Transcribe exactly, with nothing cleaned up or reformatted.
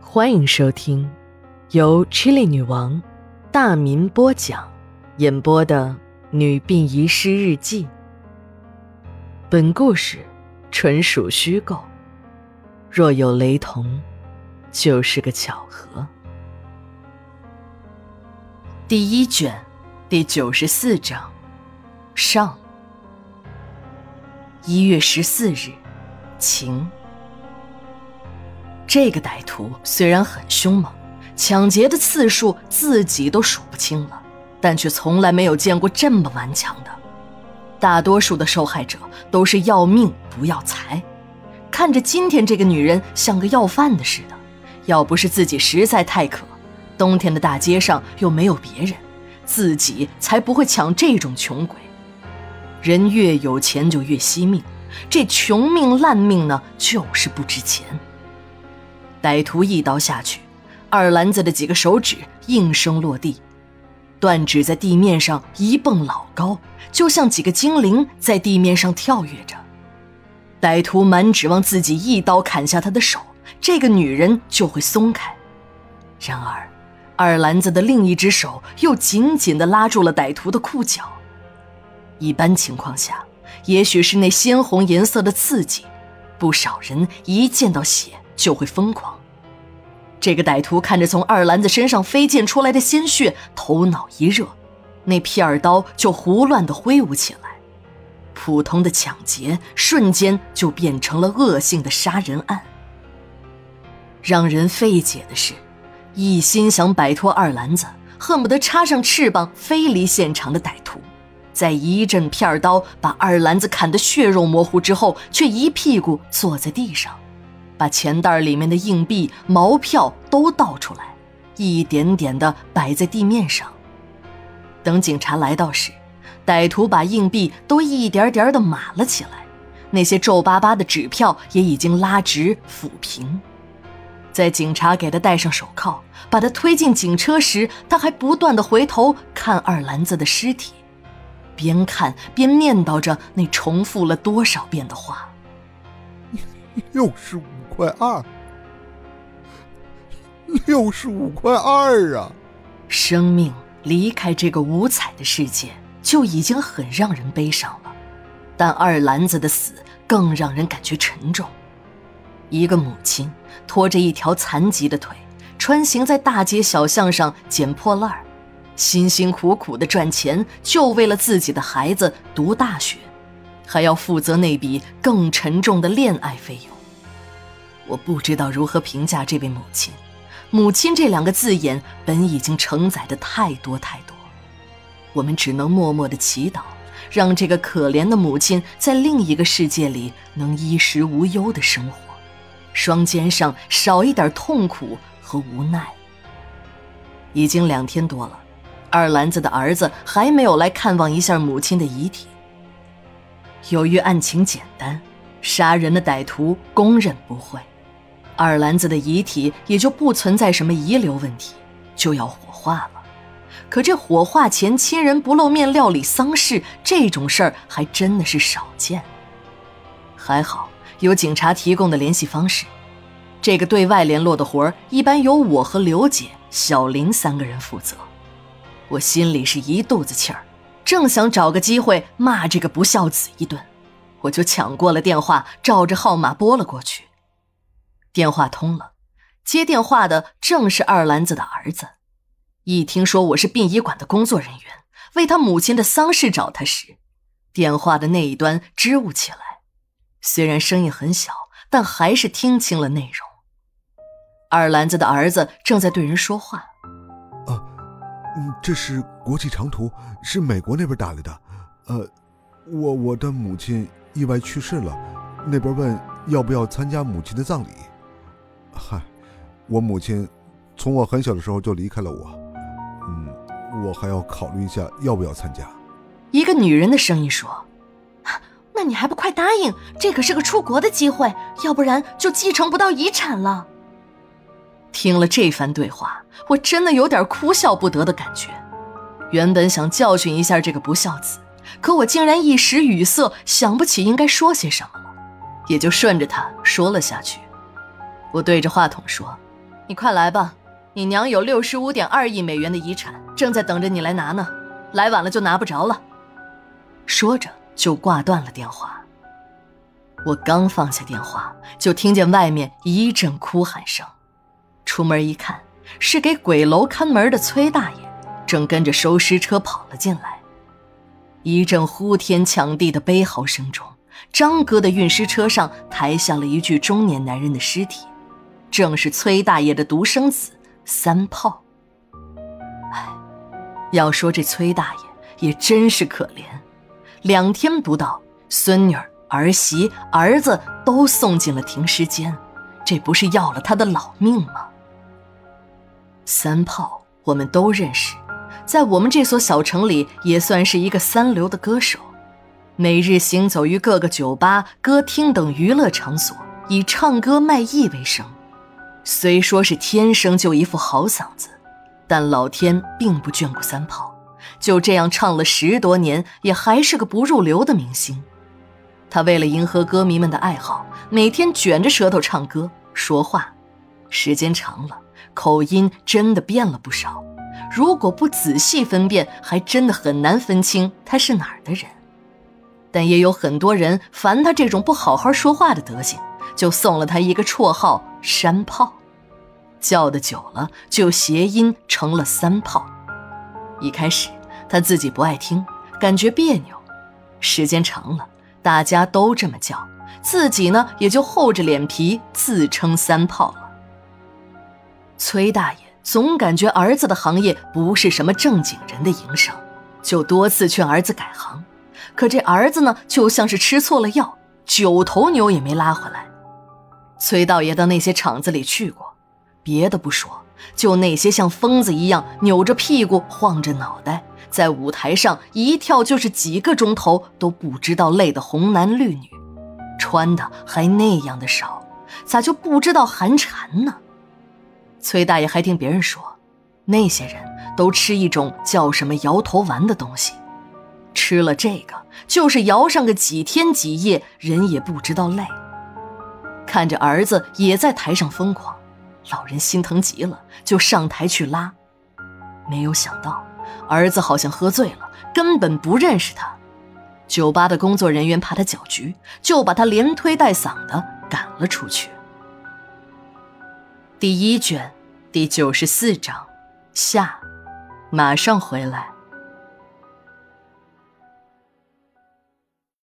欢迎收听由 Chili 女王大民播讲演播的女病遗失日记。本故事纯属虚构，若有雷同，就是个巧合。第一卷第九十四章上。一月十四日，晴。这个歹徒虽然很凶猛，抢劫的次数自己都数不清了，但却从来没有见过这么顽强的。大多数的受害者都是要命不要财，看着今天这个女人像个要饭的似的，要不是自己实在太渴，冬天的大街上又没有别人，自己才不会抢这种穷鬼。人越有钱就越惜命，这穷命烂命呢，就是不值钱。歹徒一刀下去，二篮子的几个手指应声落地，断指在地面上一蹦老高，就像几个精灵在地面上跳跃着。歹徒满指望自己一刀砍下他的手，这个女人就会松开。然而二篮子的另一只手又紧紧地拉住了歹徒的裤脚。一般情况下，也许是那鲜红颜色的刺激，不少人一见到血就会疯狂。这个歹徒看着从二篮子身上飞溅出来的鲜血，头脑一热，那片刀就胡乱地挥舞起来。普通的抢劫瞬间就变成了恶性的杀人案。让人费解的是，一心想摆脱二篮子，恨不得插上翅膀飞离现场的歹徒，在一阵片刀把二篮子砍得血肉模糊之后，却一屁股坐在地上，把钱袋里面的硬币、毛票都倒出来，一点点地摆在地面上。等警察来到时，歹徒把硬币都一点点地码了起来，那些皱巴巴的纸票也已经拉直抚平。在警察给他戴上手铐，把他推进警车时，他还不断地回头看二篮子的尸体，边看边念叨着那重复了多少遍的话： 六十五块二，六十五块二啊！ 生命离开这个五彩的世界就已经很让人悲伤了，但二篮子的死更让人感觉沉重。一个母亲拖着一条残疾的腿，穿行在大街小巷上捡破烂，辛辛苦苦地赚钱，就为了自己的孩子读大学，还要负责那笔更沉重的恋爱费用。我不知道如何评价这位母亲，母亲这两个字眼本已经承载的太多太多，我们只能默默地祈祷，让这个可怜的母亲在另一个世界里能衣食无忧地生活，双肩上少一点痛苦和无奈。已经两天多了，二篮子的儿子还没有来看望一下母亲的遗体。由于案情简单，杀人的歹徒供认不讳，二篮子的遗体也就不存在什么遗留问题，就要火化了。可这火化前亲人不露面料理丧事，这种事儿还真的是少见。还好有警察提供的联系方式，这个对外联络的活儿一般由我和刘姐、小林三个人负责。我心里是一肚子气儿，正想找个机会骂这个不孝子一顿，我就抢过了电话，照着号码拨了过去。电话通了，接电话的正是二篮子的儿子。一听说我是殡仪馆的工作人员，为他母亲的丧事找他时，电话的那一端支吾起来，虽然声音很小，但还是听清了内容。二篮子的儿子正在对人说话。 啊，嗯，这是国际长途，是美国那边打来的。呃，我我的母亲意外去世了，那边问要不要参加母亲的葬礼。嗨，我母亲从我很小的时候就离开了我，嗯，我还要考虑一下要不要参加。 一个女人的声音说：那你还不快答应，这可是个出国的机会，要不然就继承不到遗产了。听了这番对话，我真的有点哭笑不得的感觉。原本想教训一下这个不孝子，可我竟然一时语塞，想不起应该说些什么了，也就顺着他说了下去。我对着话筒说： 你快来吧，你娘有 六十五点二亿美元的遗产，正在等着你来拿呢，来晚了就拿不着了。说着就挂断了电话。我刚放下电话，就听见外面一阵哭喊声。出门一看，是给鬼楼看门的崔大爷，正跟着收尸车跑了进来。一阵呼天抢地的悲嚎声中，张哥的运尸车上抬下了一具中年男人的尸体，正是崔大爷的独生子三炮。唉，要说这崔大爷也真是可怜，两天不到，孙女儿、儿媳、儿子都送进了停尸间，这不是要了他的老命吗？三炮我们都认识，在我们这所小城里也算是一个三流的歌手，每日行走于各个酒吧、歌厅等娱乐场所，以唱歌卖艺为生。虽说是天生就一副好嗓子，但老天并不眷顾三炮，就这样唱了十多年，也还是个不入流的明星。他为了迎合歌迷们的爱好，每天卷着舌头唱歌说话，时间长了，口音真的变了不少，如果不仔细分辨，还真的很难分清他是哪儿的人。但也有很多人烦他这种不好好说话的德行，就送了他一个绰号山炮，叫的久了就谐音成了三炮。一开始他自己不爱听，感觉别扭，时间长了大家都这么叫，自己呢也就厚着脸皮自称三炮了。崔大爷总感觉儿子的行业不是什么正经人的营生，就多次劝儿子改行，可这儿子呢就像是吃错了药，九头牛也没拉回来。崔道爷到那些厂子里去过，别的不说，就那些像疯子一样扭着屁股晃着脑袋在舞台上一跳就是几个钟头都不知道累的红男绿女，穿的还那样的少，咋就不知道寒蝉呢？崔大爷还听别人说，那些人都吃一种叫什么摇头丸的东西，吃了这个就是摇上个几天几夜，人也不知道累。看着儿子也在台上疯狂，老人心疼极了，就上台去拉。没有想到儿子好像喝醉了，根本不认识他。酒吧的工作人员怕他搅局，就把他连推带搡的赶了出去。第一卷第九十四章下，马上回来。